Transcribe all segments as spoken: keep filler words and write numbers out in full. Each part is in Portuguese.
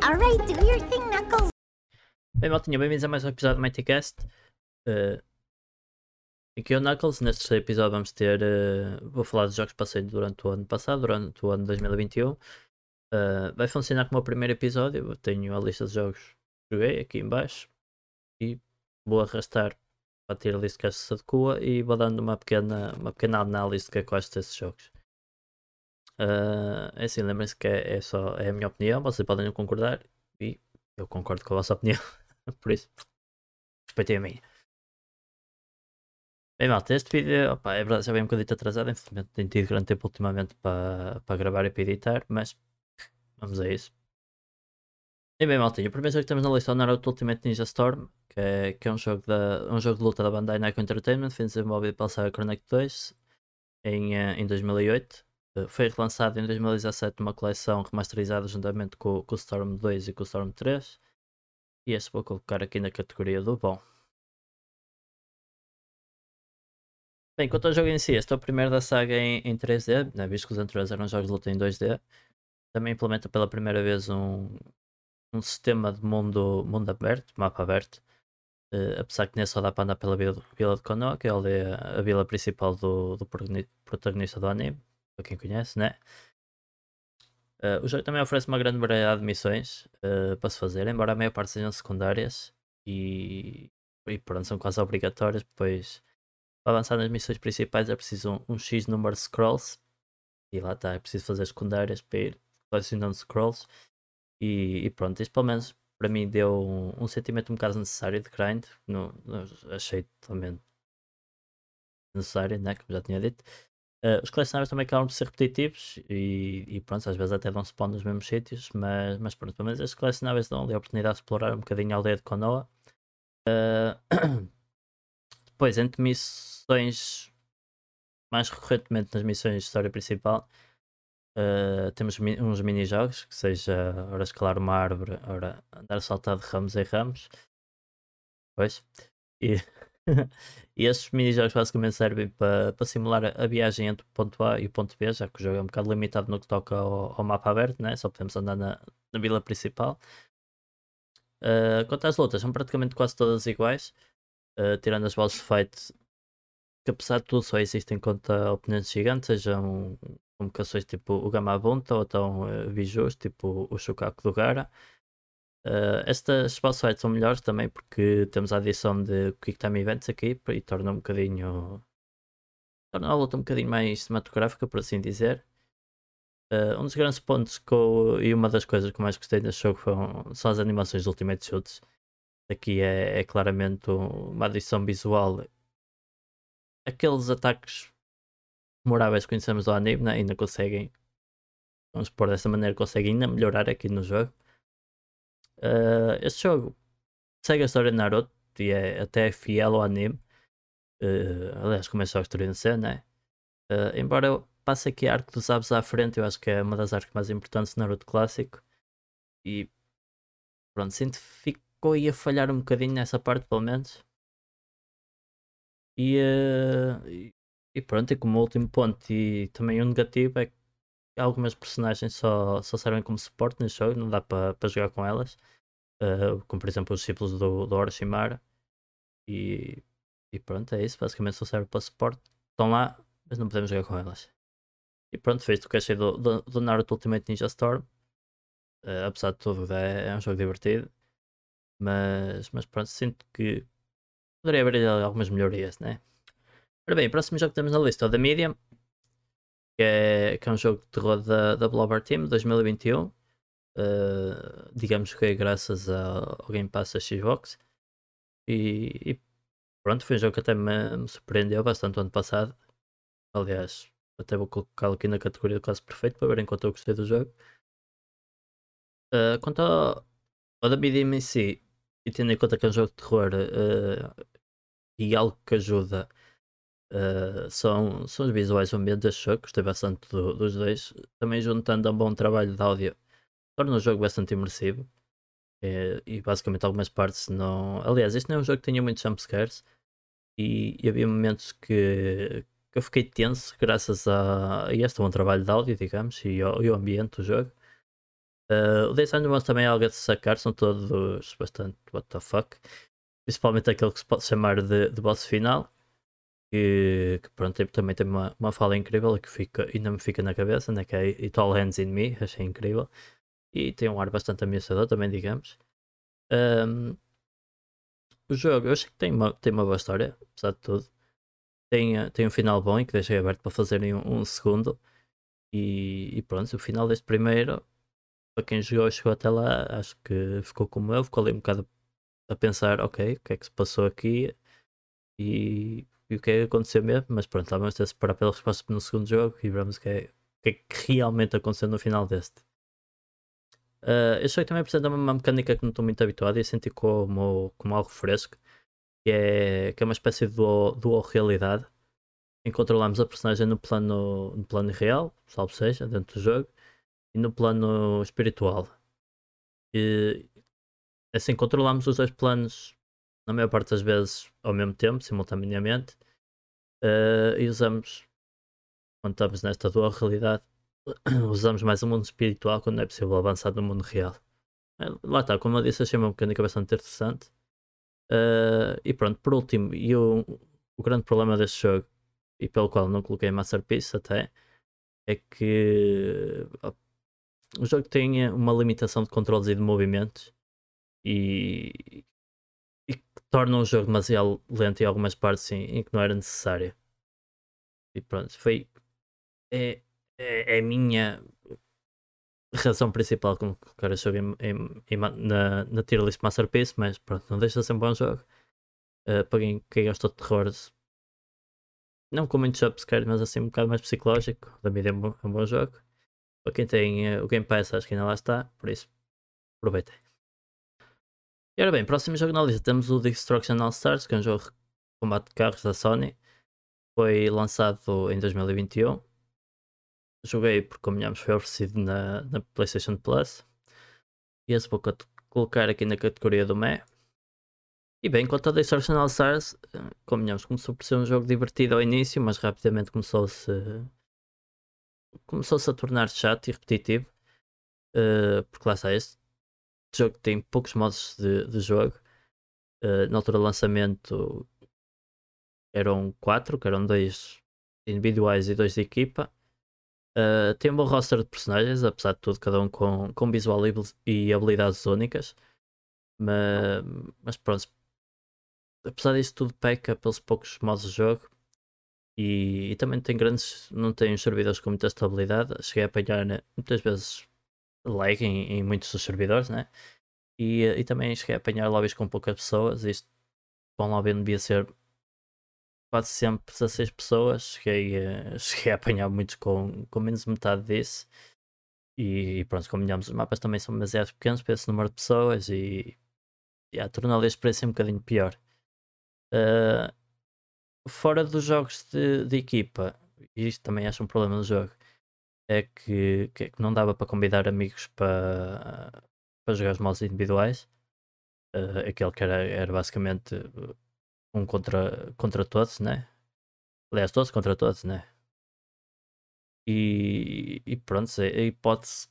Alright, do your thing, Knuckles. Bem, maltinha, bem-vindos a mais um episódio do MightyCast. Uh, aqui é o Knuckles. Neste terceiro episódio vamos ter... Uh, vou falar dos jogos que passei durante o ano passado, durante o ano dois mil e vinte e um. Uh, vai funcionar como o primeiro episódio. Eu tenho a lista de jogos que joguei aqui em baixo. E vou arrastar para a tier list que se adequa e vou dando uma pequena, uma pequena análise do que é que eu acho desses jogos. Uh, é assim, lembrem-se que é, é só é a minha opinião, vocês podem não concordar e eu concordo com a vossa opinião, por isso respeitem a minha. Bem, malta, este vídeo, opa, é verdade, já vem um bocadinho atrasado, infelizmente tenho tido grande tempo ultimamente para, para gravar e para editar, mas vamos a isso. E bem, maltinho, o primeiro jogo que temos na lista é o Naruto Ultimate Ninja Storm, que é, que é um, jogo da, um jogo de luta da Bandai Namco Entertainment, foi desenvolvido pela saga Chronic dois em, em dois mil e oito. Foi relançado em dois mil e dezassete numa coleção remasterizada juntamente com, com o Storm dois e com o Storm três. E este vou colocar aqui na categoria do bom. Bem, quanto ao jogo em si, este é o primeiro da saga em, em três D, né? Visto que os anteriores eram jogos de luta em dois D. Também implementa pela primeira vez um, um sistema de mundo, mundo aberto, mapa aberto. Uh, apesar que nesse só dá para andar pela vila, vila de Konoha, que é a, aldeia, a vila principal do, do protagonista do anime, para quem conhece, né? Uh, o jogo também oferece uma grande variedade de missões uh, para se fazer, embora a maior parte sejam secundárias e, e pronto, são quase obrigatórias, pois para avançar nas missões principais é preciso um, um X número de scrolls e lá está, é preciso fazer secundárias para ir colecionando scrolls e, e pronto, isto pelo menos para mim deu um, um sentimento um bocado necessário de grind, não, não achei totalmente necessário, né, como já tinha dito. Uh, os colecionáveis também acabam por ser repetitivos e, e pronto, às vezes até dão spawn nos mesmos sítios, mas, mas pronto, pelo menos estes colecionáveis dão ali a oportunidade de explorar um bocadinho a aldeia de Konoha. Uh, depois, entre missões, mais recorrentemente nas missões de história principal, uh, temos mi uns mini-jogos, que seja ora escalar uma árvore, ora andar saltar de ramos em ramos. Pois. E e estes mini-jogos basicamente servem para pa simular a, a viagem entre o ponto A e o ponto B, já que o jogo é um bocado limitado no que toca ao, ao mapa aberto, né? Só podemos andar na, na vila principal. Uh, quanto às lutas, são praticamente quase todas iguais, uh, tirando as boss fight, que apesar de tudo só existem contra oponentes gigantes, sejam convocações tipo o Gamabunta ou então uh, Bijus, tipo o Shukaku do Gaara. Uh, estas boss fights são melhores também porque temos a adição de Quick Time Events aqui e torna um bocadinho torna a luta um bocadinho mais cinematográfica, por assim dizer. Uh, um dos grandes pontos que eu, e uma das coisas que eu mais gostei deste jogo foram, são as animações de Ultimate Shoots. Aqui é, é claramente uma adição visual. Aqueles ataques memoráveis que conhecemos do anime, né? Ainda conseguem, vamos pôr dessa maneira, conseguem ainda melhorar aqui no jogo. Uh, este jogo segue a história de Naruto e é até fiel ao anime. Uh, aliás, como é só a história em C, né? Uh, embora eu passe aqui a arco dos Abs à frente, eu acho que é uma das arcos mais importantes do Naruto clássico. E pronto, sinto que ficou aí a falhar um bocadinho nessa parte, pelo menos. E, uh, e, e pronto, e como último ponto, e também um negativo, é que algumas personagens só, só servem como suporte neste jogo, não dá para pa jogar com elas. Uh, como por exemplo os discípulos do, do Orochimaru. E, e pronto, é isso. Basicamente só serve para suporte. Estão lá, mas não podemos jogar com elas. E pronto, fez o que achei do, do, do Naruto Ultimate Ninja Storm. Uh, apesar de tudo, é, é um jogo divertido. Mas, mas pronto, sinto que poderia haver algumas melhorias, né? Ora bem, o próximo jogo que temos na lista é o The Medium, que é, que é um jogo de terror da, da Bloober Team dois mil e vinte e um. Uh, digamos que é graças ao Game Pass da Xbox. E, e pronto, foi um jogo que até me, me surpreendeu bastante o ano passado. Aliás, até vou colocá-lo aqui na categoria quase perfeito para verem quanto eu gostei do jogo. Uh, quanto ao, ao da Medium em si, e tendo em conta que é um jogo de terror uh, e algo que ajuda, uh, são, são os visuais do ambiente deste jogo, gostei bastante do, dos dois. Também juntando a um bom trabalho de áudio, torna o jogo bastante imersivo. É, e basicamente algumas partes não. Aliás, este não é um jogo que tenha muitos jumpscares e, e havia momentos que, que eu fiquei tenso graças a, a este bom trabalho de áudio, digamos, e ao, e ao ambiente do jogo. Uh, o Design Mouse também é algo a destacar, são todos bastante what the fuck. Principalmente aquele que se pode chamar de, de boss final. Que, que pronto, tem- também tem uma, uma fala incrível que fica, ainda me fica na cabeça, né? Que é It All Hands in Me, achei incrível. E tem um ar bastante ameaçador também, digamos. Um, o jogo, eu acho que tem uma, tem uma boa história, apesar de tudo. Tem, eh, tem um final bom e que deixei aberto para fazerem um, um segundo. E, e pronto, o final deste primeiro, para quem jogou, chegou até lá, acho que ficou como eu, ficou ali um bocado a pensar, ok, o que é que se passou aqui e, e o que é que aconteceu mesmo, mas pronto, lá vamos ter de esperar pela resposta no segundo jogo e veremos o que é, o que é que realmente aconteceu no final deste. Uh, este jogo também apresenta uma mecânica que não estou muito habituado e senti como, como algo fresco, que é, que é uma espécie de dual, dual realidade, em que controlamos a personagem no plano, no plano real, salvo seja, dentro do jogo, e no plano espiritual. E assim controlamos os dois planos na maior parte das vezes ao mesmo tempo, simultaneamente, uh, e usamos, quando estamos nesta dual realidade, usamos mais o mundo espiritual quando não é possível avançar no mundo real. Uh, lá está, como eu disse, achei uma mecânica bastante interessante. Uh, e pronto, por último, e o, o grande problema deste jogo, e pelo qual não coloquei Masterpiece até, é que ó, o jogo tem uma limitação de controles e de movimentos e, e que torna o jogo demasiado lento em algumas partes em, em que não era necessário. E pronto, foi. É, é, é a minha razão principal com colocar o jogo em, em, em na, na tier list Masterpiece, mas pronto, não deixa de ser um bom jogo. Uh, para quem, quem gosta de terror, não com muito jumpscare, mas assim um bocado mais psicológico, da mídia é um bom, é um bom jogo. Para quem tem uh, o Game Pass, acho que ainda lá está, por isso aproveitem. E ora bem, próximo jogo na lista temos o Destruction All Stars, que é um jogo de combate de carros da Sony. Foi lançado em dois mil e vinte e um. Joguei porque, convenhamos, foi oferecido na, na PlayStation Plus. E esse vou colocar aqui na categoria do Meh. E bem, quanto ao Destruction All Stars, uh, convenhamos, começou por ser um jogo divertido ao início, mas rapidamente começou-se começou-se a tornar chato e repetitivo. Uh, porque lá está, este jogo tem poucos modos de, de jogo. Uh, na altura do lançamento eram quatro, que eram dois individuais e dois de equipa. Uh, tem um bom roster de personagens, apesar de tudo, cada um com, com visual e habilidades únicas. Mas, mas pronto, apesar disso tudo, peca pelos poucos modos de jogo. E, e também tem grandes, não tem os servidores com muita estabilidade. Cheguei a apanhar, né, muitas vezes lag em, em muitos dos servidores, né? E, e também cheguei a apanhar lobbies com poucas pessoas. Isto para um lobby devia ser quase sempre dezasseis pessoas. Cheguei, a- cheguei a apanhar muitos com, com menos de metade disso. E, e pronto, combinamos, os mapas também são demasiado pequenos para esse número de pessoas e yeah, tornou a experiência um bocadinho pior. Uh, fora dos jogos de, de equipa, e isto também acho um problema no jogo, é que, que, que não dava para convidar amigos para, para jogar os modos individuais. Uh, aquele que era, era basicamente um contra, contra todos, né? Aliás, todos contra todos, né? E, e pronto, a a hipótese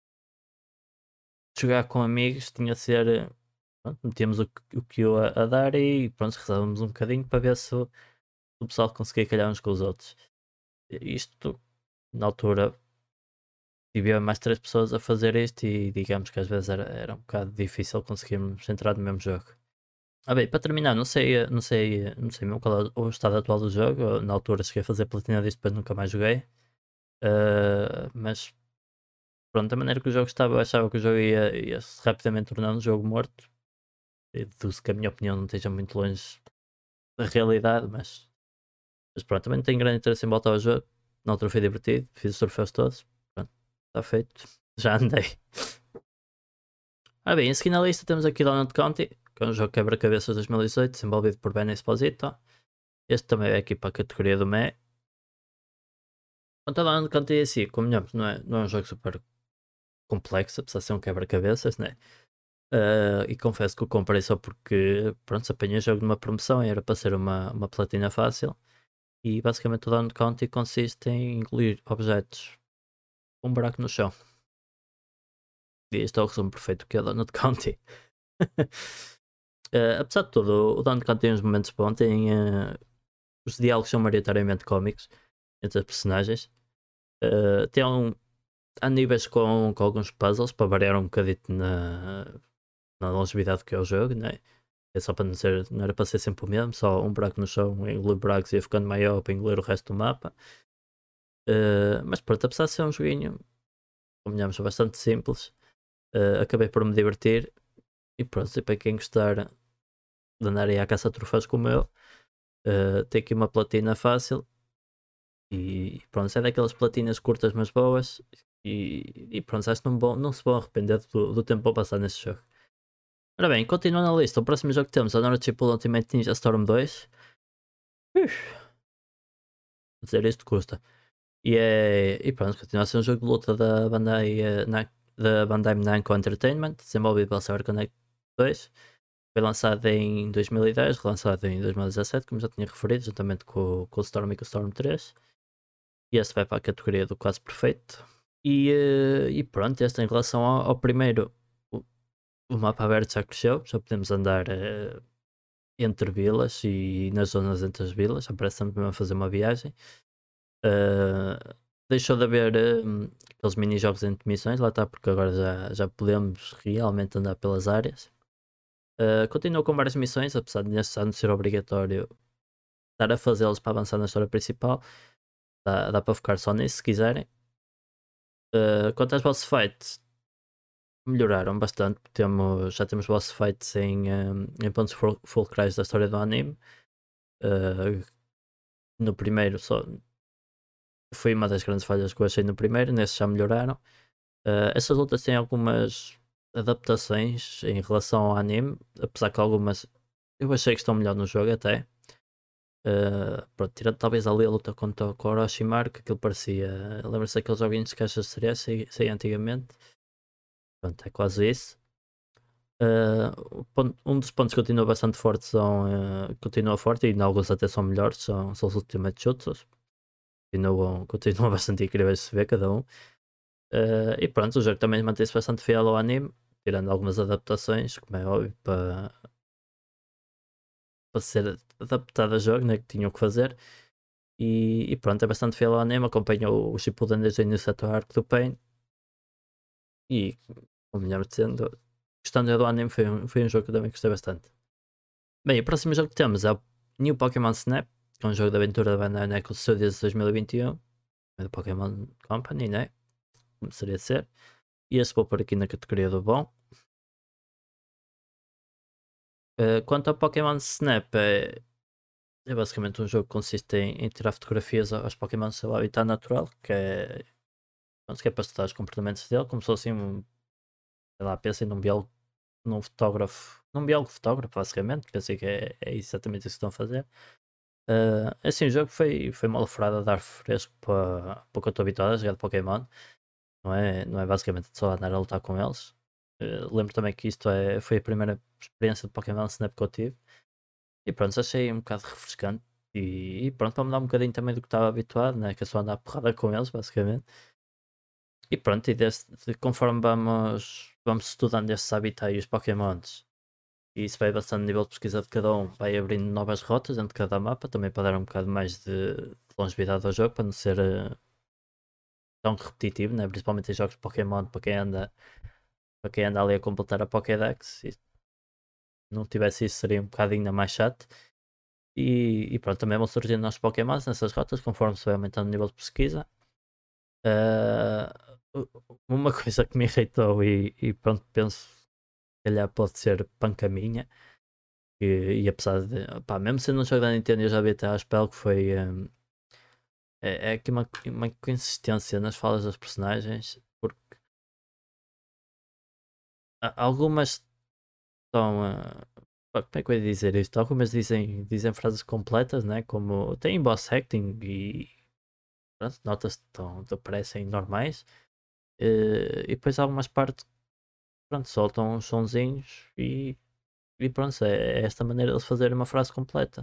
de jogar com amigos tinha de ser. Pronto, metíamos o, que- o que eu a, a dar e pronto, rezávamos um bocadinho para ver se o, o pessoal conseguia calhar uns com os outros. Isto, na altura, havia mais três pessoas a fazer isto e digamos que às vezes era, era um bocado difícil conseguirmos entrar no mesmo jogo. Ah bem, para terminar, não sei, não sei, não sei mesmo qual é o estado atual do jogo. Eu, na altura cheguei a fazer platina disto, depois nunca mais joguei. Ah, mas pronto, da maneira que o jogo estava, eu achava que o jogo ia, ia se rapidamente tornar um jogo morto. E deduzo que a minha opinião não esteja muito longe da realidade, mas, mas pronto, também não tenho grande interesse em voltar ao jogo. Na altura foi divertido, fiz os troféus todos. Pronto, está feito. Já andei. Ah bem, em seguida na lista temos aqui Donut County, que é um jogo quebra-cabeças dois mil e dezoito, desenvolvido por Ben Esposito. Este também é aqui para a categoria do Meh. Quanto a Donut County em si, convenhamos, não é, não é um jogo super complexo, apesar de ser um quebra-cabeças, né? Uh, e confesso que o comprei só porque, pronto, se apanhei o jogo numa promoção e era para ser uma, uma platina fácil. E basicamente o Down County consiste em incluir objetos com um buraco no chão. E este é o resumo perfeito que é Donut County. Uh, apesar de tudo, o Donut County tem uns momentos bons, tem, uh, os diálogos são maioritariamente cómicos entre as personagens. Uh, tem um, há níveis com, com alguns puzzles para variar um bocadito na, na longevidade que é o jogo, né? É só para não ser, não era para ser sempre o mesmo, só um buraco no chão, engolir buracos e ia ficando maior para engolir o resto do mapa. Uh, mas pronto, apesar de ser um joguinho, convenhamos, bastante simples, uh, acabei por me divertir. E pronto, e para quem gostar de andar aí à caça a troféus como eu, uh, tem aqui uma platina fácil. E pronto, é daquelas platinas curtas mas boas. E, e pronto, acho que não, vão, não se vão arrepender do, do tempo a passar nesse jogo. Ora bem, continuando na lista, o próximo jogo que temos é o Naruto Shippuden Ultimate Ninja Storm dois. Ux, dizer isto custa. E, é, e pronto, continua a ser um jogo de luta da Bandai, eh, Na- da Bandai Namco Entertainment, desenvolvido pela CyberConnect dois. Foi lançado em dois mil e dez, relançado em dois mil e dezassete, como já tinha referido, juntamente com, com o Storm e com o Storm três. E este vai para a categoria do quase perfeito. E, eh, e pronto, este em relação ao, ao primeiro, o, o mapa aberto já cresceu, já podemos andar uh, entre vilas e nas zonas entre as vilas, já parece mesmo a fazer uma viagem. Uh, deixou de haver uh, aqueles mini-jogos entre missões, lá está, porque agora já, já podemos realmente andar pelas áreas. Uh, continuou com várias missões, apesar de neste ano ser obrigatório estar a fazê-las para avançar na história principal. Dá, dá para focar só nisso se quiserem. Uh, quanto às boss fights, melhoraram bastante. Temos, já temos boss fights em, um, em pontos ful- fulcrais da história do anime. Uh, no primeiro só foi uma das grandes falhas que eu achei no primeiro, nesse já melhoraram. Uh, essas lutas têm algumas adaptações em relação ao anime, apesar que algumas eu achei que estão melhor no jogo até. Uh, pronto, tirando talvez ali a luta contra o Orochimaru, que aquilo parecia. Lembra-se daqueles joguinhos de caixas de cereais que saía antigamente? Pronto, é quase isso. Uh, ponto, um dos pontos que continua bastante forte são, uh, continua forte e em alguns até são melhores, são, são os Ultimate Jutsus. Continuam, continuam bastante incríveis de se ver cada um. Uh, e pronto, o jogo também mantém-se bastante fiel ao anime, tirando algumas adaptações, como é óbvio, para, para ser adaptado a jogo, né, que tinham que fazer. E, e pronto, é bastante fiel ao anime, acompanhou o Shippuden desde o início até o arco do Pain. E, como melhor dizendo, gostando do anime, foi um, foi um jogo que eu também gostei bastante. Bem, o próximo jogo que temos é o New Pokémon Snap, que é um jogo de aventura da Bandai Namco Studios de dois mil e vinte e um, é do Pokémon Company, né? Como seria de ser. E este vou pôr aqui na categoria do bom. Uh, quanto ao Pokémon Snap, é, é basicamente um jogo que consiste em, em tirar fotografias aos Pokémon no seu habitat natural, que é, pronto, que é para estudar os comportamentos dele, como se fosse um, sei lá, pensem num biólogo, num fotógrafo, num biólogo fotógrafo, basicamente, pensei que é, é exatamente isso que estão a fazer. Uh, assim, o jogo foi, foi uma alforrada a dar fresco para, para o que eu estou habituado a jogar de Pokémon. Não é, não é basicamente só andar a lutar com eles. Uh, lembro também que isto é, foi a primeira experiência de Pokémon Snap que eu tive. E pronto, achei um bocado refrescante. E, e pronto, para mudar um bocadinho também do que estava habituado, né? Que é só andar a porrada com eles, basicamente. E pronto, e desse, conforme vamos, vamos estudando estes habitats e os Pokémons, e isso vai bastante nível de pesquisa de cada um, vai abrindo novas rotas dentro de cada mapa, também para dar um bocado mais de, de longevidade ao jogo, para não ser uh, tão repetitivo, né? Principalmente em jogos de Pokémon, para quem anda, para quem anda ali a completar a Pokédex. Se não tivesse isso seria um bocado ainda mais chato. E, e pronto, também vão surgindo novos Pokémons nessas rotas, conforme se vai aumentando o nível de pesquisa. Uh, uma coisa que me irritou e, e pronto, penso que calhar pode ser panca minha. E, e apesar de, pá, mesmo sendo um jogo da Nintendo, eu já vi até à espera que foi. Um, é, é aqui uma, uma inconsistência nas falas dos personagens, porque a- algumas estão. Uh, pá, como é que eu ia dizer isto? Algumas dizem, dizem frases completas, né? Como tem voice acting e pronto, notas que estão, parecem normais. Uh, e depois há algumas partes que pronto, soltam uns sonzinhos e, e pronto, é, é esta maneira de eles fazerem uma frase completa.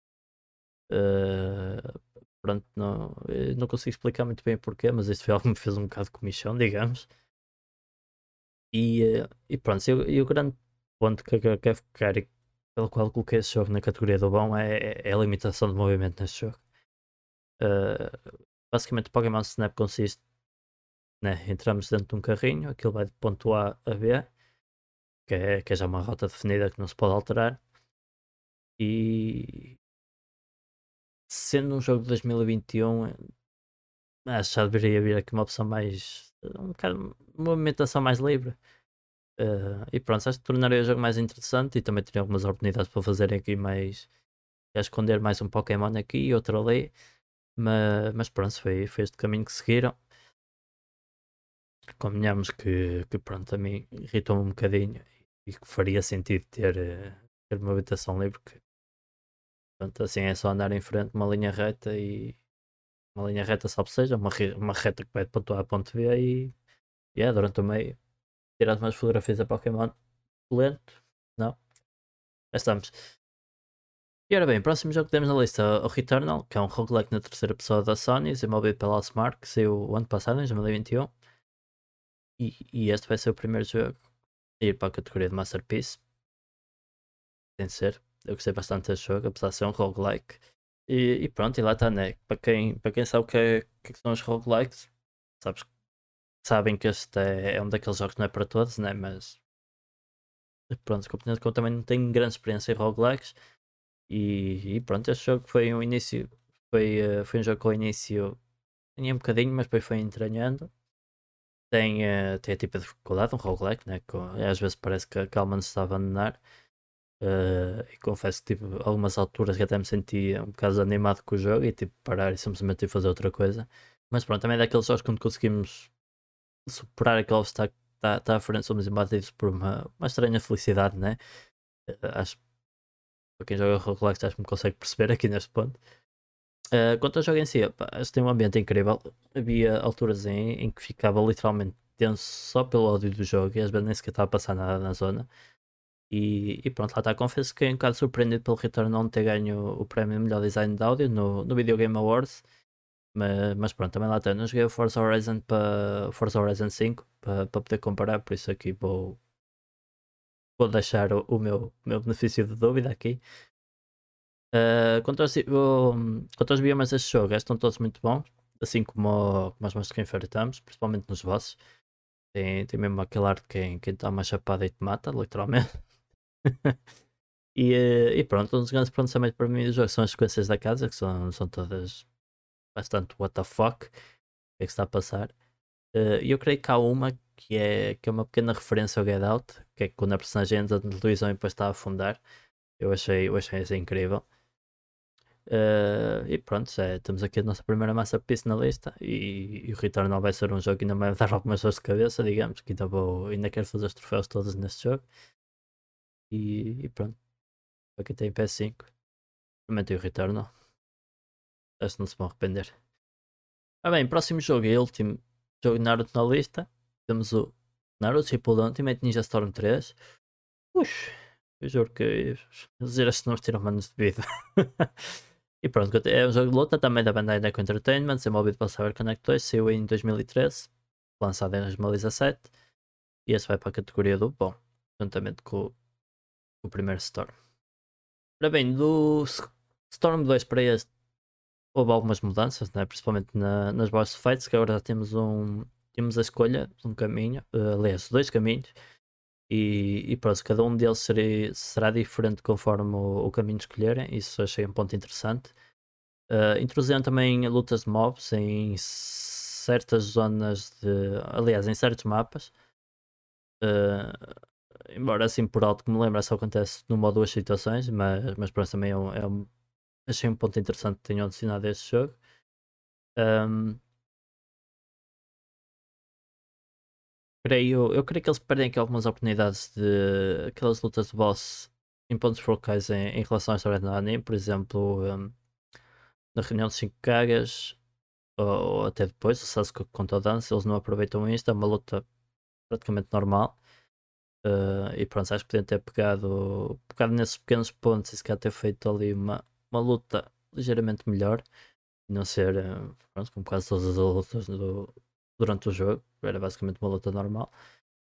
Uh, pronto, não, eu não consigo explicar muito bem porquê, mas isto foi algo que me fez um bocado de comichão, digamos. E, eh, e pronto, e, o e o grande ponto que eu quero focar e pelo qual coloquei esse jogo na categoria do bom é, é- é a limitação de movimento neste jogo. Uh, basicamente, o Pokémon Snap consiste, né, entramos dentro de um carrinho, aquilo vai de ponto A a B, que é, que é já uma rota definida que não se pode alterar. E sendo um jogo de dois mil e vinte e um, acho que já deveria vir aqui uma opção mais. Um bocado, uma movimentação mais livre. Uh, e pronto, acho que tornaria o jogo mais interessante e também teria algumas oportunidades para fazerem aqui mais. A esconder mais um Pokémon aqui e outro ali. Mas, mas pronto, foi, foi este caminho que seguiram. Convenhamos que, que pronto, a mim irritou-me um bocadinho e que faria sentido ter, eh, ter uma habitação livre. Que, pronto, assim é só andar em frente, uma linha reta e uma linha reta, salvo seja, uma, re- uma reta que vai de ponto A a ponto B e yeah, durante o meio tirar umas fotografias a Pokémon lento. Não, já estamos. E ora bem, próximo jogo que temos na lista o Returnal, que é um roguelike na terceira pessoa da Sony, desenvolvido pela Housemarque, que saiu o ano passado, em dois mil e vinte e um. E, e este vai ser o primeiro jogo a ir para a categoria de Masterpiece. Tem de ser. Eu gostei bastante deste jogo, apesar de ser um roguelike. E, e pronto, e lá está, né? Para quem, para quem sabe o que, é, o que é que são os roguelikes, sabes, sabem que este é, é um daqueles jogos que não é para todos, né? Mas pronto, compreendo que eu também não tenho grande experiência em roguelikes. E, e pronto, este jogo foi um início. Foi, eh, foi um jogo que ao início tinha um bocadinho, mas depois foi entranhando. Tem, eh, tem a tipo de dificuldade, um roguelike, né? Que às vezes parece que, que a alma nos está a abandonar. Uh, e confesso que tive algumas alturas que até me sentia um bocado desanimado com o jogo e tipo parar e simplesmente ir fazer outra coisa. Mas pronto, também é daqueles jogos quando conseguimos superar aquele obstáculo que está tá à frente, somos invadidos por uma, uma estranha felicidade, né? Uh, acho que para quem joga roguelikes acho que me consegue perceber aqui neste ponto. Uh, quanto ao jogo em si, pá, acho que tem um ambiente incrível. Havia alturas em, em que ficava literalmente tenso só pelo áudio do jogo e às vezes nem sequer estava a passar nada na zona. E, e pronto, lá está. Confesso que fiquei um bocado surpreendido pelo Return não ter ganho o prémio de melhor design de áudio no, no Video Game Awards. Mas, mas pronto, também lá está. Não joguei o Forza Horizon para Forza Horizon cinco para poder comparar, por isso aqui vou, vou deixar o, o meu, o meu benefício de dúvida aqui. Uh, quanto, aos, o, quanto aos biomas deste jogo, estão todos muito bons, assim como, como as monstros que enfrentamos, principalmente nos bosses. Tem, tem mesmo aquele ar de quem, quem está uma chapada e te mata, literalmente. E, eh, e pronto, um dos grandes pontos também para mim do jogo são as sequências da casa, que são, são todas bastante what the fuck, o que é que está a passar. Eh, E eu creio que há uma que é, que é uma pequena referência ao Get Out, que é quando a personagem entra na televisão e depois está a afundar. Eu achei, eu achei isso incrível. Eh, e pronto, já temos aqui a nossa primeira masterpiece na lista e, e o Returnal vai ser um jogo que ainda me vai dar algumas dores de cabeça, digamos, que ainda, vou, ainda quero fazer os troféus todos neste jogo. E, e pronto, aqui tem P S cinco, experimentei o Returnal. Acho que não se vão arrepender. Ah bem, próximo jogo e último jogo de Naruto na lista. Temos o Naruto Shippuden Ultimate Ninja Storm três. Ux, eu juro que dizer estes nomes tiram manos de vida. E pronto, é um jogo de luta também da Bandai Namco Entertainment, desenvolvido pela CyberConnect dois, saiu em dois mil e treze, lançado em dois mil e dezassete. E esse vai para a categoria do bom, juntamente com, o com o primeiro Storm. Ora bem, do Storm dois para este houve algumas mudanças, né? Principalmente na, nas boss fights, que agora já temos um temos a escolha de um caminho, uh, aliás, dois caminhos, e, e pronto, cada um deles será, será diferente conforme o, o caminho escolherem, isso achei um ponto interessante. Uh, introduziram também lutas de mobs em certas zonas de, aliás, em certos mapas. Uh, embora assim por alto que me lembro, só acontece numa ou duas situações, mas, mas pronto, também é um, é um, achei um ponto interessante que tenham adicionado a este jogo. Um, creio, eu creio que eles perdem aqui algumas oportunidades de aquelas lutas de boss em pontos focais em, em relação à história do anime, por exemplo, um, na reunião de cinco Kagas ou, ou até depois, o Sasuke contra o Dance, eles não aproveitam isto, é uma luta praticamente normal. Uh, e pronto, acho que podiam ter pegado, pegado nesses pequenos pontos e se calhar ter feito ali uma, uma luta ligeiramente melhor e não ser, uh, pronto, como quase todas as lutas do, durante o jogo, era basicamente uma luta normal.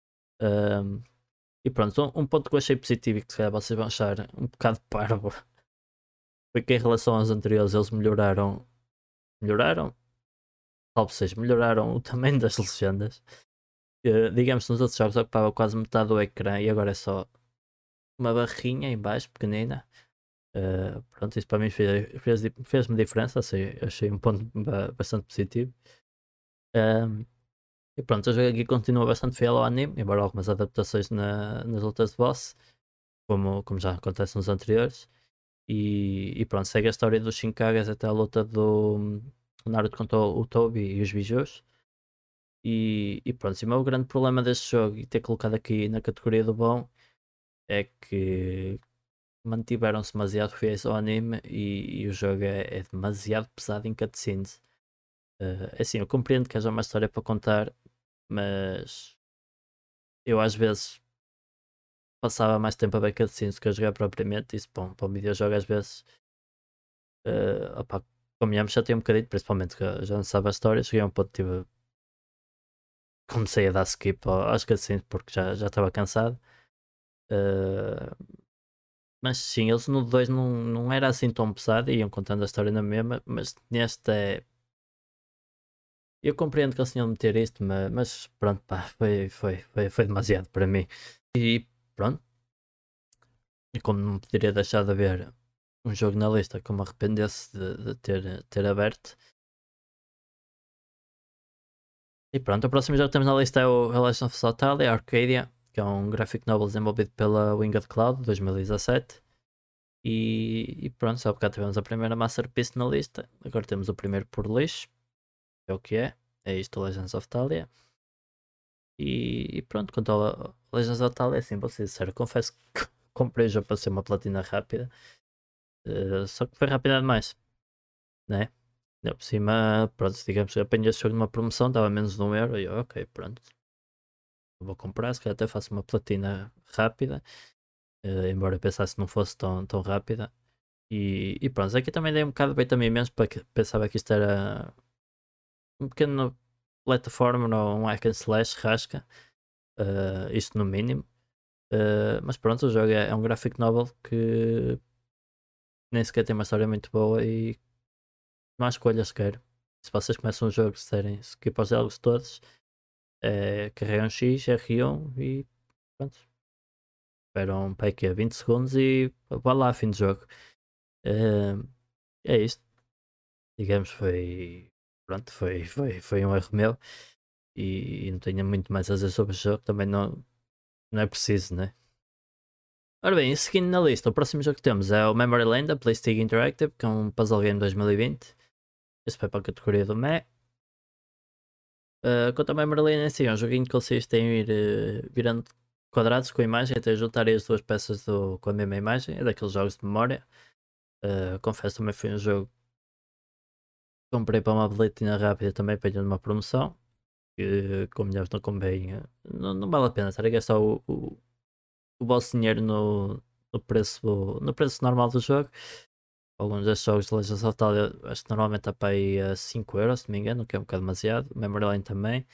Um, e pronto, um, um ponto que eu achei positivo e que se calhar vocês vão achar um bocado parvo foi que em relação aos anteriores eles melhoraram, melhoraram, talvez seja, melhoraram o tamanho das legendas. Uh, digamos que nos outros jogos ocupava quase metade do ecrã e agora é só uma barrinha em baixo, pequenina. Uh, pronto, isso para mim fez, fez, fez-me diferença, achei, achei um ponto bastante positivo. Um, e pronto, o jogo aqui continua bastante fiel ao anime, embora algumas adaptações na, nas lutas de boss, como, como já acontece nos anteriores. E, e pronto, segue a história dos Shinkages até a luta do Naruto contra o Tobi e os Bijus. E, e pronto, e o meu grande problema deste jogo e ter colocado aqui na categoria do bom é que mantiveram-se demasiado fiéis ao anime e, e o jogo é, é demasiado pesado em cutscenes. Uh, assim, eu compreendo que haja uma história para contar, mas eu às vezes passava mais tempo a ver cutscenes do que a jogar propriamente. Isso, bom, para um videojogo às vezes, uh, opa, convenhamos, já tem um bocadinho, principalmente que eu já não sabe a história. Cheguei a um ponto que tive, comecei a dar skip às cutscenes porque já, já estava cansado. Uh, mas sim, eles no dois não, não era assim tão pesado, iam contando a história na mesma, mas neste é. Eu compreendo que eles tinham de meter isto, mas, mas pronto, pá, foi, foi, foi, foi demasiado para mim. E pronto, e como não poderia deixar de haver um jogo na lista que eu me arrependesse de, de ter, ter aberto. E pronto, o próximo jogo que temos na lista é o Legend of Sotalia Arcadia, que é um graphic novel desenvolvido pela Winged Cloud, dois mil e dezassete. E, e pronto, só porque tivemos a primeira Masterpiece na lista, agora temos o primeiro por lixo, é o que é, é isto, Legends of Talia. E, e pronto, quanto ao Legends of Talia, é assim, vou ser sincero, confesso que comprei o jogo para ser uma platina rápida, uh, só que foi rápida demais, né? Ainda por cima, pronto, digamos que apanhei esse jogo numa promoção, estava a menos de um euro e eu, ok, pronto, vou comprar, se calhar até faço uma platina rápida, uh, embora pensasse que não fosse tão, tão rápida. E, e pronto, aqui também dei um bocado bem também mesmo, porque pensava que isto era um pequeno plataforma ou um hack and slash rasca, uh, isto no mínimo. Uh, mas pronto, o jogo é, é um graphic novel que nem sequer tem uma história muito boa e não há escolha sequer. Se vocês começam o jogo, se derem skip aos diálogos todos, é, carregam X, R um e pronto. Esperam para aqui vinte segundos e vá lá, fim do jogo. Uh, é isto. Digamos, foi. Pronto, foi, foi, foi um erro meu. E, e não tenho muito mais a dizer sobre o jogo. Também não, não é preciso, né? Ora bem, seguindo na lista, o próximo jogo que temos é o Memory Lane da PlayStation Interactive, que é um puzzle game dois mil e vinte. Esse foi para a categoria do Meh. Uh, quanto ao Memory Lane, é assim, é um joguinho que consiste em ir uh, virando quadrados com a imagem até juntarem as duas peças do, com a mesma imagem. É daqueles jogos de memória. Uh, confesso também foi um jogo que comprei para uma bilhetina rápida também para ir numa promoção. Que com milhares não convém. uh, Não, não vale a pena estar a gastar o, o, o vosso dinheiro no, no, preço, no preço normal do jogo. Alguns destes jogos de Legends of Talia acho que normalmente está para aí a cinco euros, se não me engano, que é um bocado demasiado. Memory Lane também.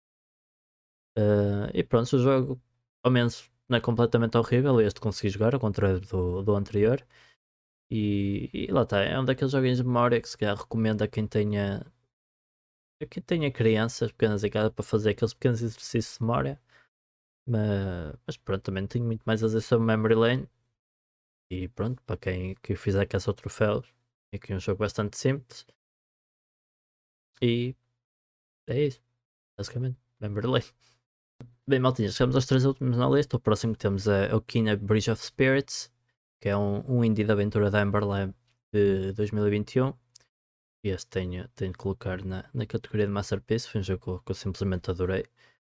Uh, e pronto, o jogo ao menos não é completamente horrível. Este consegui jogar, ao contrário do, do anterior. E, e lá está, é um daqueles joguinhos de memória que se calhar recomendo a quem tenha, a quem tenha crianças pequenas em casa para fazer aqueles pequenos exercícios de memória. Mas, mas pronto, também não tenho muito mais a dizer sobre Memory Lane. E pronto, para quem, quem fizer caça ao troféu, é aqui um jogo bastante simples. E é isso, basicamente. Memory Lane. Bem, maltinha, chegamos aos três últimos na lista. O próximo que temos é o Kina Bridge of Spirits, que é um, um indie de aventura da Amber Lab de dois mil e vinte e um. E este tenho, tenho de colocar na, na categoria de Masterpiece. Foi um jogo que eu, que eu simplesmente adorei.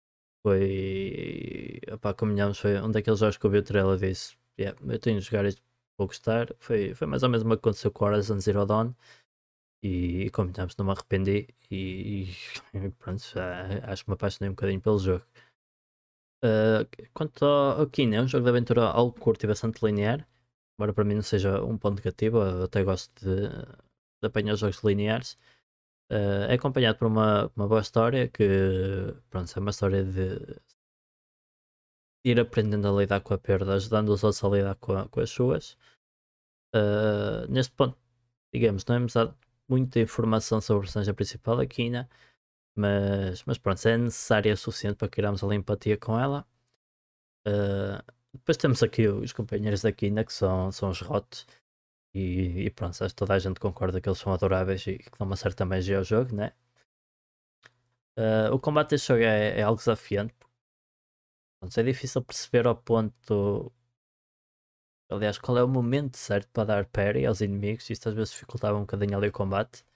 Foi, opá, convenhamos, foi um daqueles jogos que eu vi o trailer e disse: yeah, eu tenho de jogar isto, vou gostar. Foi, foi mais ou menos o que aconteceu com Horizon Zero Dawn. E, e convenhamos, não me arrependi. E, e pronto, já, acho que me apaixonei um bocadinho pelo jogo. Uh, quanto ao, ao Kine, é um jogo de aventura algo curto e bastante linear. Embora para mim não seja um ponto negativo, eu até gosto de, de apanhar jogos lineares. Uh, é acompanhado por uma, uma boa história que, pronto, é uma história de ir aprendendo a lidar com a perda, ajudando os outros a lidar com, a, com as suas. Uh, neste ponto, digamos, não hemos dado muita informação sobre a personagem principal da Kina, mas, mas pronto, é necessária o suficiente para criarmos ali empatia com ela. Uh, depois temos aqui os companheiros da Kina, que são, são os Rotes, e, e pronto, acho que toda a gente concorda que eles são adoráveis e que dão uma certa magia ao jogo, né? Uh, o combate deste jogo é, é algo desafiante. Pronto, é difícil perceber ao ponto. Aliás, qual é o momento certo para dar parry aos inimigos? Isto às vezes dificultava um bocadinho ali o combate.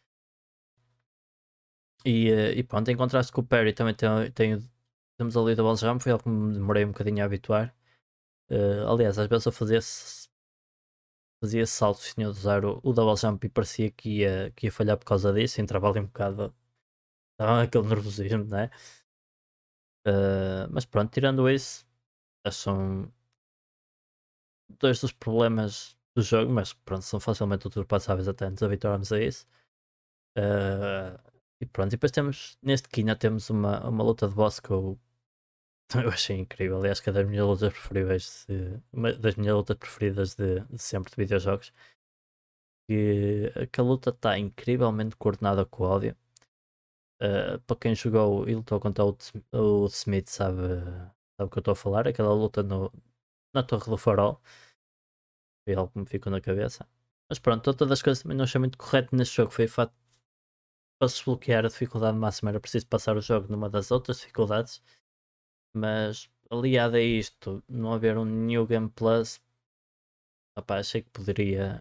E, uh, e pronto, em contraste com o parry, também tem, tem, temos ali o Double Jump, foi algo que me demorei um bocadinho a habituar. Uh, aliás, às vezes eu fazia, fazia saltos, tinha de usar o, o Double Jump e parecia que ia, que ia falhar por causa disso, entrava ali um bocado. Estava aquele nervosismo, né? Uh, mas pronto, tirando isso, acho que são dois dos problemas do jogo, mas pronto, são facilmente ultrapassáveis até nos habituarmos a isso. Uh, e pronto, e depois temos, neste Kina temos uma, uma luta de boss que eu, eu achei incrível. Aliás, que é das minhas lutas preferíveis, de, uma das minhas lutas preferidas de, de sempre de videojogos. E que a luta está incrivelmente coordenada com o áudio. Uh, para quem jogou e lutou contra o, o Smith sabe, sabe o que eu estou a falar, aquela luta no, na Torre do Farol. Foi algo que me ficou na cabeça. Mas pronto, todas as coisas também não achei muito correto neste jogo. Foi o facto de, para se desbloquear a dificuldade máxima, era preciso passar o jogo numa das outras dificuldades. Mas aliado a isto, não haver um New Game Plus, opá, achei que poderia.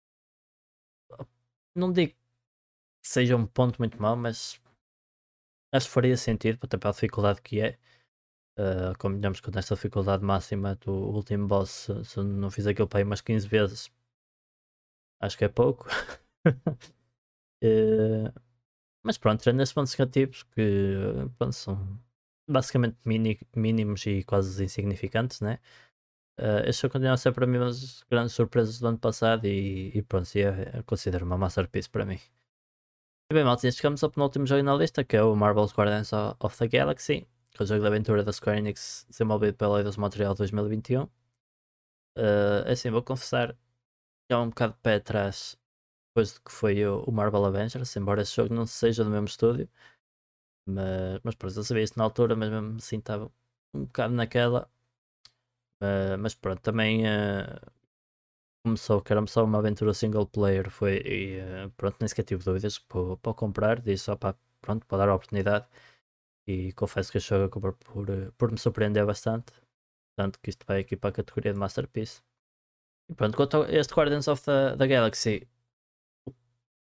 Não digo que seja um ponto muito mau, mas acho que faria sentido para ter a dificuldade que é. Uh, combinamos que nesta dificuldade máxima do último boss, se, se não fiz aquilo para aí umas quinze vezes, acho que é pouco. uh, mas pronto, tirando esses pontos negativos que pronto, são basicamente mini, mínimos e quase insignificantes, né? Uh, este jogo continua a ser para mim uma das grandes surpresas do ano passado e, e pronto, é, é, considero uma masterpiece para mim. E bem, maltinha, chegamos ao penúltimo jogo na lista, que é o Marvel's Guardians of the Galaxy, que é o jogo de aventura da Square Enix, desenvolvido pela Eidos Montreal dois mil e vinte e um. Uh, assim, vou confessar que há um bocado de pé atrás depois do que foi o, o Marvel Avengers, embora esse jogo não seja do mesmo estúdio. Mas, mas pronto, eu sabia isso na altura, mas mesmo assim estava um bocado naquela. Uh, mas pronto, também uh, começou, que era só uma aventura single player, foi e uh, pronto, nem sequer tive dúvidas para, para comprar, disse só para, pronto, para dar a oportunidade. E confesso que este jogo acabou por, uh, por me surpreender bastante. Tanto que isto vai aqui para a categoria de Masterpiece. E pronto, quanto a este Guardians of the, the Galaxy, o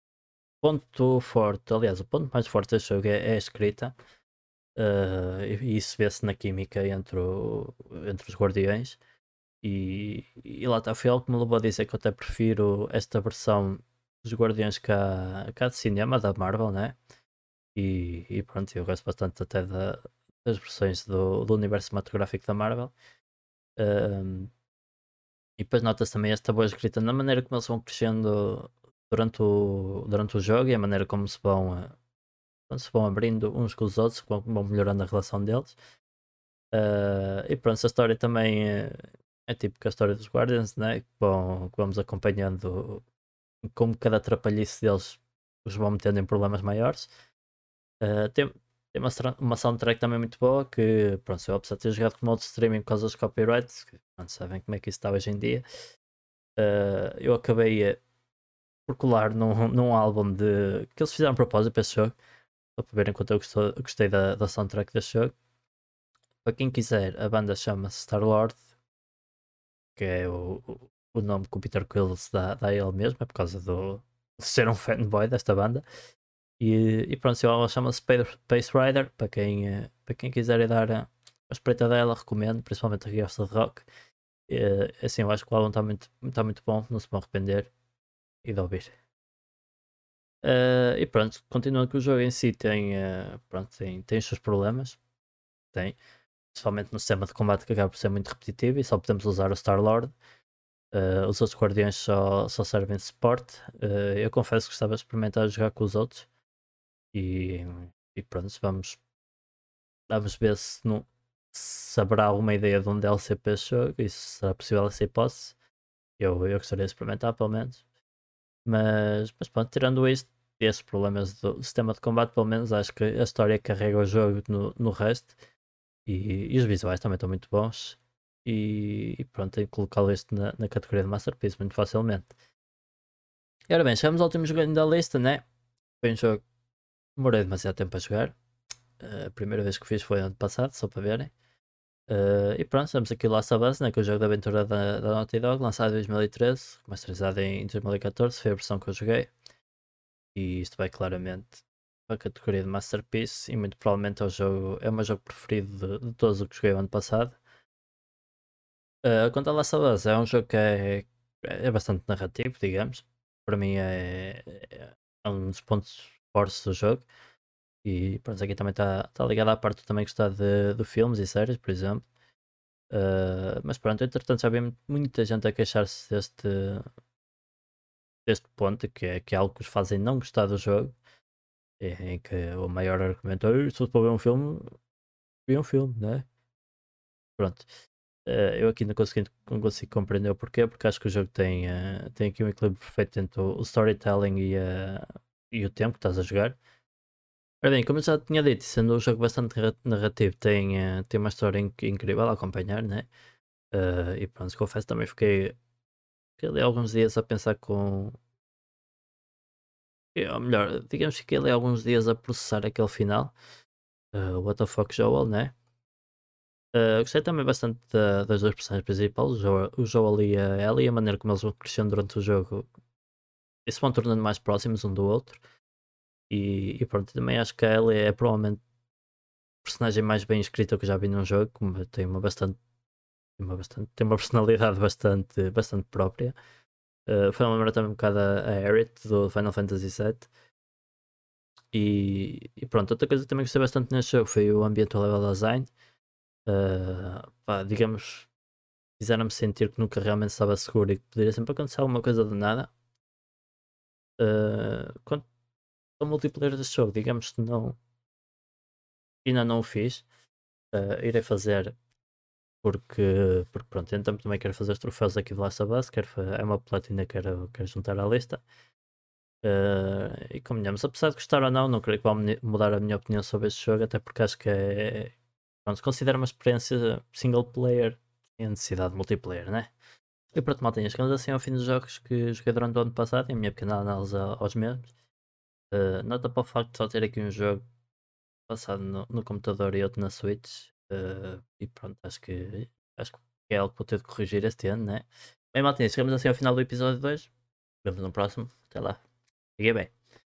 ponto forte, aliás, o ponto mais forte deste jogo é, é a escrita. Uh, e isso vê-se na química entre, o, entre os guardiões. E, e lá está, foi algo que me levou a dizer que eu até prefiro esta versão dos Guardiões cá, cá de cinema da Marvel, né? E, e pronto, eu gosto bastante até da, das versões do, do universo cinematográfico da Marvel. Um, e depois nota-se também esta boa escrita na maneira como eles vão crescendo durante o, durante o jogo e a maneira como se vão, uh, se vão abrindo uns com os outros, como vão melhorando a relação deles. Uh, e pronto, essa história também é, é tipo que a história dos Guardians, né? Que, bom, que vamos acompanhando como cada trapalhice deles os vão metendo em problemas maiores. Uh, tem tem uma, uma soundtrack também muito boa que, pronto, eu apesar de ter jogado com modo streaming por causa dos copyrights, que, pronto, sabem como é que isso está hoje em dia, uh, eu acabei uh, por colar num, num álbum de, que eles fizeram a propósito para esse jogo, para verem quanto eu gostou, gostei da, da soundtrack desse jogo. Para quem quiser, a banda chama-se Star-Lord, que é o, o, o nome que o Peter Quill se dá, dá a ele mesmo, é por causa do, de ser um fanboy desta banda. E, e pronto, ela chama-se Space Rider, para quem, eh, para quem quiser ir dar a, a espreita dela, recomendo, principalmente a que gosta de rock. E, assim, eu acho que o álbum está muito, está muito bom, não se vão arrepender e de ouvir. Uh, e pronto, continuando que o jogo em si tem, uh, pronto, tem, tem os seus problemas, tem, principalmente no sistema de combate que acaba por ser muito repetitivo e só podemos usar o Star-Lord. Uh, os outros guardiões só, só servem de suporte. Uh, eu confesso que estava a experimentar jogar com os outros e, e pronto, vamos, vamos ver se, não, se haverá alguma ideia de um D L C para esse jogo, e se será possível essa hipótese. Eu, eu gostaria de experimentar, pelo menos. Mas, mas pronto, tirando isto, estes problemas do sistema de combate, pelo menos acho que a história carrega o jogo no, no resto. E, e os visuais também estão muito bons. E, e pronto, tenho que colocá-lo este na, na categoria de Masterpiece muito facilmente. E ora bem, chegamos ao último jogo da lista, né? Foi um jogo que demorei demasiado tempo a jogar. Uh, a primeira vez que fiz foi ano passado, só para verem. Uh, e pronto, estamos aqui o Last of Us, né, que é o jogo de aventura da, da Naughty Dog, lançado em dois mil e treze, remasterizado em dois mil e catorze, foi a versão que eu joguei. E isto vai claramente para a categoria de Masterpiece, e muito provavelmente é o, jogo, é o meu jogo preferido de, de todos os que joguei o ano passado. Uh, quanto a Last of Us, é um jogo que é, é bastante narrativo, digamos. Para mim é, é, é um dos pontos fortes do jogo. E pronto, aqui também está tá ligado à parte de também gostar de, de filmes e séries, por exemplo. Uh, mas pronto, entretanto já vi muita gente a queixar-se deste, deste ponto, que é, que é algo que os fazem não gostar do jogo. Em em que o maior argumento é: se fosse para ver um filme, vi um filme, né? Pronto. Eh, eu aqui não consigo, não consigo compreender o porquê, porque acho que o jogo tem, eh, tem aqui um equilíbrio perfeito entre o, o storytelling e, eh, e o tempo que estás a jogar. Ora bem, como eu já tinha dito, sendo um jogo bastante narrativo, tem, eh, tem uma história inc- incrível a acompanhar, né? Eh, e pronto, confesso também fiquei, fiquei ali alguns dias a pensar com. eh, Ou melhor, digamos que fiquei ali alguns dias a processar aquele final. Uh, what the fuck Joel, né? Uh, gostei também bastante da- das duas personagens principais, o Joel, o Joel e a Ellie, a maneira como eles vão crescendo durante o jogo e se vão tornando mais próximos um do outro. E, e pronto, também acho que a Ellie é provavelmente a personagem mais bem escrita que eu já vi num jogo, como tem uma bastante, tem uma, bastante, tem uma personalidade bastante, bastante própria. Uh, foi lembrar também um bocado a, a Aerith do Final Fantasy sete. E, e pronto, outra coisa que também gostei bastante neste jogo foi o ambiente level design. Uh, pá, digamos, fizeram-me sentir que nunca realmente estava seguro e que poderia sempre acontecer alguma coisa do nada. Uh, quanto ao multiplayer deste jogo, digamos que não, ainda não o fiz. Uh, irei fazer porque, porque pronto, então também quero fazer os troféus aqui de Last of Us, quero, fa- é uma platina que quero, quero juntar à lista. Uh, e convenhamos, apesar de gostar ou não, não creio que vá muni- mudar a minha opinião sobre este jogo, até porque acho que é, pronto, considero uma experiência single player sem a necessidade de multiplayer, né? E pronto, maltinha, chegamos assim ao fim dos jogos que joguei durante o ano passado e a minha pequena análise a- aos mesmos. Uh, nota para o facto de só ter aqui um jogo passado no, no computador e outro na Switch. Uh, e pronto, acho que, acho que é algo que vou ter de corrigir este ano, né? Bem, maltinha, chegamos assim ao final do episódio dois. Vemos no próximo. Até lá. Fiquem bem.